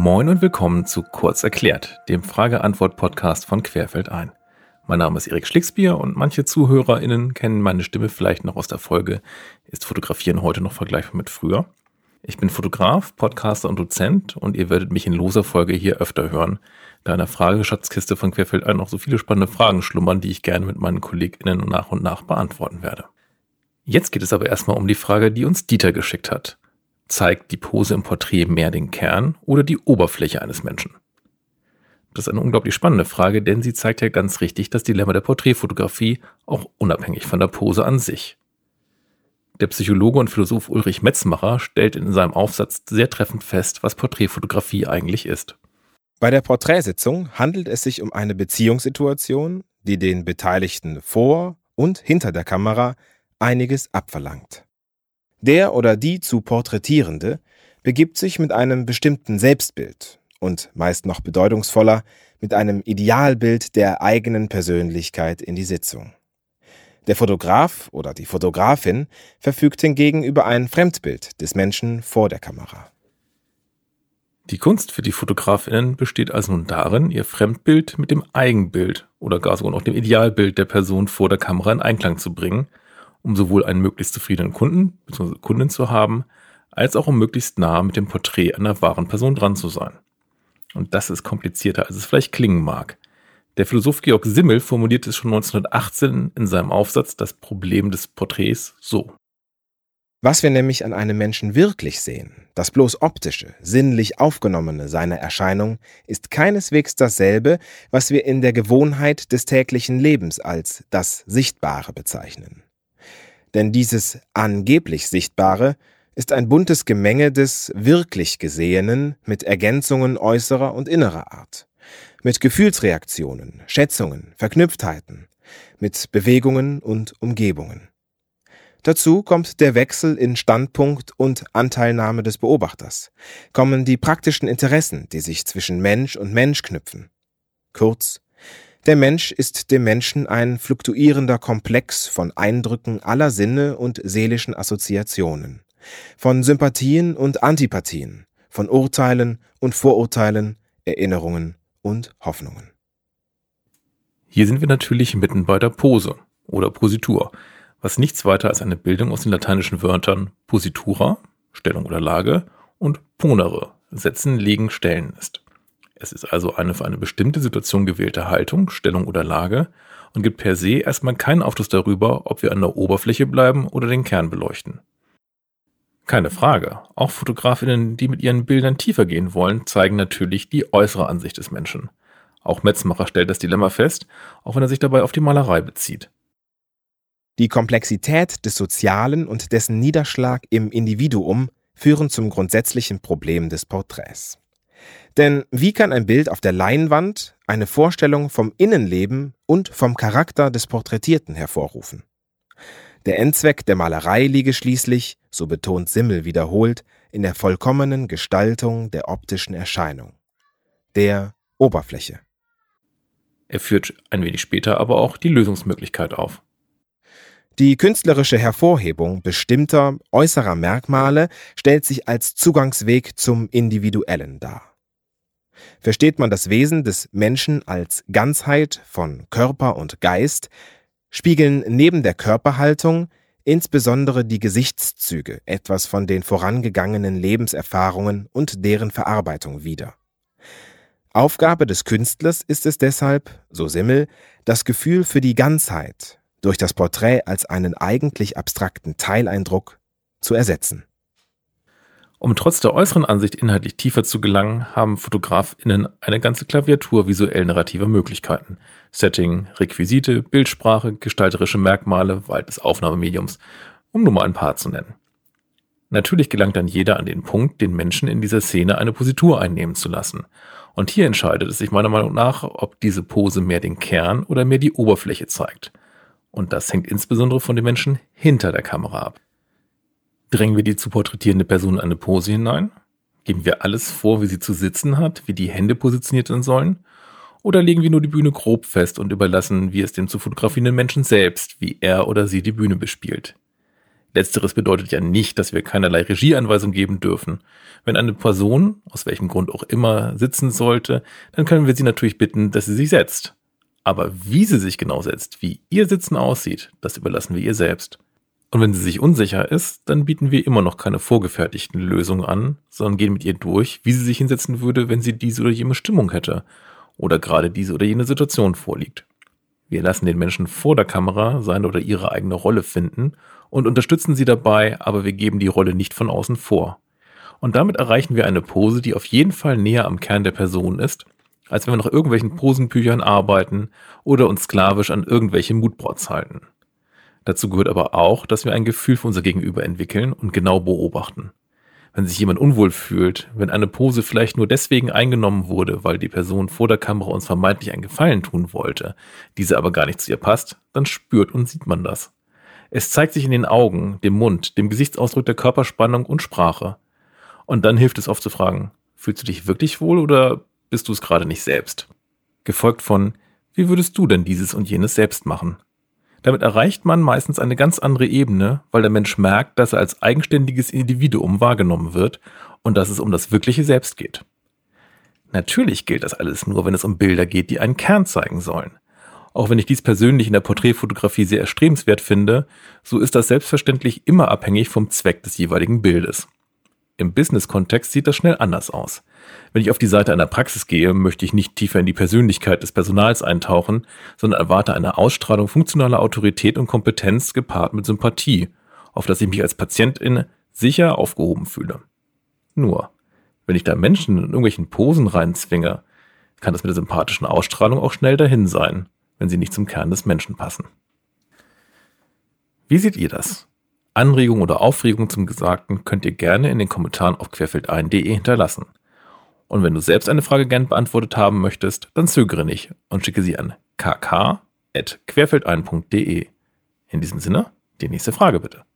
Moin und willkommen zu Kurz erklärt, dem Frage-Antwort-Podcast von Querfeldein. Mein Name ist Erik Schlicksbier und manche ZuhörerInnen kennen meine Stimme vielleicht noch aus der Folge Ist Fotografieren heute noch vergleichbar mit früher? Ich bin Fotograf, Podcaster und Dozent und ihr werdet mich in loser Folge hier öfter hören, da in der Frageschatzkiste von Querfeldein noch so viele spannende Fragen schlummern, die ich gerne mit meinen KollegInnen nach und nach beantworten werde. Jetzt geht es aber erstmal um die Frage, die uns Dieter geschickt hat. Zeigt die Pose im Porträt mehr den Kern oder die Oberfläche eines Menschen? Das ist eine unglaublich spannende Frage, denn sie zeigt ja ganz richtig das Dilemma der Porträtfotografie, auch unabhängig von der Pose an sich. Der Psychologe und Philosoph Ulrich Metzmacher stellt in seinem Aufsatz sehr treffend fest, was Porträtfotografie eigentlich ist. Bei der Porträtsitzung handelt es sich um eine Beziehungssituation, die den Beteiligten vor und hinter der Kamera einiges abverlangt. Der oder die zu Porträtierende begibt sich mit einem bestimmten Selbstbild und meist noch bedeutungsvoller mit einem Idealbild der eigenen Persönlichkeit in die Sitzung. Der Fotograf oder die Fotografin verfügt hingegen über ein Fremdbild des Menschen vor der Kamera. Die Kunst für die FotografInnen besteht also nun darin, ihr Fremdbild mit dem Eigenbild oder gar sogar noch dem Idealbild der Person vor der Kamera in Einklang zu bringen, um sowohl einen möglichst zufriedenen Kunden bzw. Kundin zu haben, als auch um möglichst nah mit dem Porträt einer wahren Person dran zu sein. Und das ist komplizierter, als es vielleicht klingen mag. Der Philosoph Georg Simmel formulierte es schon 1918 in seinem Aufsatz Das Problem des Porträts so. Was wir nämlich an einem Menschen wirklich sehen, das bloß optische, sinnlich aufgenommene seiner Erscheinung, ist keineswegs dasselbe, was wir in der Gewohnheit des täglichen Lebens als das Sichtbare bezeichnen. Denn dieses angeblich Sichtbare ist ein buntes Gemenge des wirklich Gesehenen mit Ergänzungen äußerer und innerer Art, mit Gefühlsreaktionen, Schätzungen, Verknüpftheiten, mit Bewegungen und Umgebungen. Dazu kommt der Wechsel in Standpunkt und Anteilnahme des Beobachters, kommen die praktischen Interessen, die sich zwischen Mensch und Mensch knüpfen. Kurz, der Mensch ist dem Menschen ein fluktuierender Komplex von Eindrücken aller Sinne und seelischen Assoziationen, von Sympathien und Antipathien, von Urteilen und Vorurteilen, Erinnerungen und Hoffnungen. Hier sind wir natürlich mitten bei der Pose oder Positur, was nichts weiter als eine Bildung aus den lateinischen Wörtern positura, Stellung oder Lage, und ponere, setzen, legen, stellen ist. Es ist also eine für eine bestimmte Situation gewählte Haltung, Stellung oder Lage und gibt per se erstmal keinen Aufschluss darüber, ob wir an der Oberfläche bleiben oder den Kern beleuchten. Keine Frage, auch Fotografinnen, die mit ihren Bildern tiefer gehen wollen, zeigen natürlich die äußere Ansicht des Menschen. Auch Metzmacher stellt das Dilemma fest, auch wenn er sich dabei auf die Malerei bezieht. Die Komplexität des Sozialen und dessen Niederschlag im Individuum führen zum grundsätzlichen Problem des Porträts. Denn wie kann ein Bild auf der Leinwand eine Vorstellung vom Innenleben und vom Charakter des Porträtierten hervorrufen? Der Endzweck der Malerei liege schließlich, so betont Simmel wiederholt, in der vollkommenen Gestaltung der optischen Erscheinung, der Oberfläche. Er führt ein wenig später aber auch die Lösungsmöglichkeit auf. Die künstlerische Hervorhebung bestimmter äußerer Merkmale stellt sich als Zugangsweg zum Individuellen dar. Versteht man das Wesen des Menschen als Ganzheit von Körper und Geist, spiegeln neben der Körperhaltung insbesondere die Gesichtszüge etwas von den vorangegangenen Lebenserfahrungen und deren Verarbeitung wider. Aufgabe des Künstlers ist es deshalb, so Simmel, das Gefühl für die Ganzheit durch das Porträt als einen eigentlich abstrakten Teileindruck zu ersetzen. Um trotz der äußeren Ansicht inhaltlich tiefer zu gelangen, haben FotografInnen eine ganze Klaviatur visuell narrativer Möglichkeiten. Setting, Requisite, Bildsprache, gestalterische Merkmale, Wahl des Aufnahmemediums, um nur mal ein paar zu nennen. Natürlich gelangt dann jeder an den Punkt, den Menschen in dieser Szene eine Positur einnehmen zu lassen. Und hier entscheidet es sich meiner Meinung nach, ob diese Pose mehr den Kern oder mehr die Oberfläche zeigt. Und das hängt insbesondere von den Menschen hinter der Kamera ab. Drängen wir die zu porträtierende Person in eine Pose hinein? Geben wir alles vor, wie sie zu sitzen hat, wie die Hände positioniert sein sollen? Oder legen wir nur die Bühne grob fest und überlassen wir es dem zu fotografierenden Menschen selbst, wie er oder sie die Bühne bespielt? Letzteres bedeutet ja nicht, dass wir keinerlei Regieanweisung geben dürfen. Wenn eine Person, aus welchem Grund auch immer, sitzen sollte, dann können wir sie natürlich bitten, dass sie sich setzt. Aber wie sie sich genau setzt, wie ihr Sitzen aussieht, das überlassen wir ihr selbst. Und wenn sie sich unsicher ist, dann bieten wir immer noch keine vorgefertigten Lösungen an, sondern gehen mit ihr durch, wie sie sich hinsetzen würde, wenn sie diese oder jene Stimmung hätte oder gerade diese oder jene Situation vorliegt. Wir lassen den Menschen vor der Kamera seine oder ihre eigene Rolle finden und unterstützen sie dabei, aber wir geben die Rolle nicht von außen vor. Und damit erreichen wir eine Pose, die auf jeden Fall näher am Kern der Person ist, als wenn wir nach irgendwelchen Posenbüchern arbeiten oder uns sklavisch an irgendwelche Moodboards halten. Dazu gehört aber auch, dass wir ein Gefühl für unser Gegenüber entwickeln und genau beobachten. Wenn sich jemand unwohl fühlt, wenn eine Pose vielleicht nur deswegen eingenommen wurde, weil die Person vor der Kamera uns vermeintlich einen Gefallen tun wollte, diese aber gar nicht zu ihr passt, dann spürt und sieht man das. Es zeigt sich in den Augen, dem Mund, dem Gesichtsausdruck der Körperspannung und Sprache. Und dann hilft es oft zu fragen, fühlst du dich wirklich wohl oder bist du es gerade nicht selbst? Gefolgt von, wie würdest du denn dieses und jenes selbst machen? Damit erreicht man meistens eine ganz andere Ebene, weil der Mensch merkt, dass er als eigenständiges Individuum wahrgenommen wird und dass es um das wirkliche Selbst geht. Natürlich gilt das alles nur, wenn es um Bilder geht, die einen Kern zeigen sollen. Auch wenn ich dies persönlich in der Porträtfotografie sehr erstrebenswert finde, so ist das selbstverständlich immer abhängig vom Zweck des jeweiligen Bildes. Im Business-Kontext sieht das schnell anders aus. Wenn ich auf die Seite einer Praxis gehe, möchte ich nicht tiefer in die Persönlichkeit des Personals eintauchen, sondern erwarte eine Ausstrahlung funktionaler Autorität und Kompetenz gepaart mit Sympathie, auf das ich mich als Patientin sicher aufgehoben fühle. Nur, wenn ich da Menschen in irgendwelchen Posen reinzwinge, kann das mit der sympathischen Ausstrahlung auch schnell dahin sein, wenn sie nicht zum Kern des Menschen passen. Wie seht ihr das? Anregungen oder Aufregungen zum Gesagten könnt ihr gerne in den Kommentaren auf querfeldein.de hinterlassen. Und wenn du selbst eine Frage gern beantwortet haben möchtest, dann zögere nicht und schicke sie an kk@querfeldein.de. In diesem Sinne, die nächste Frage bitte.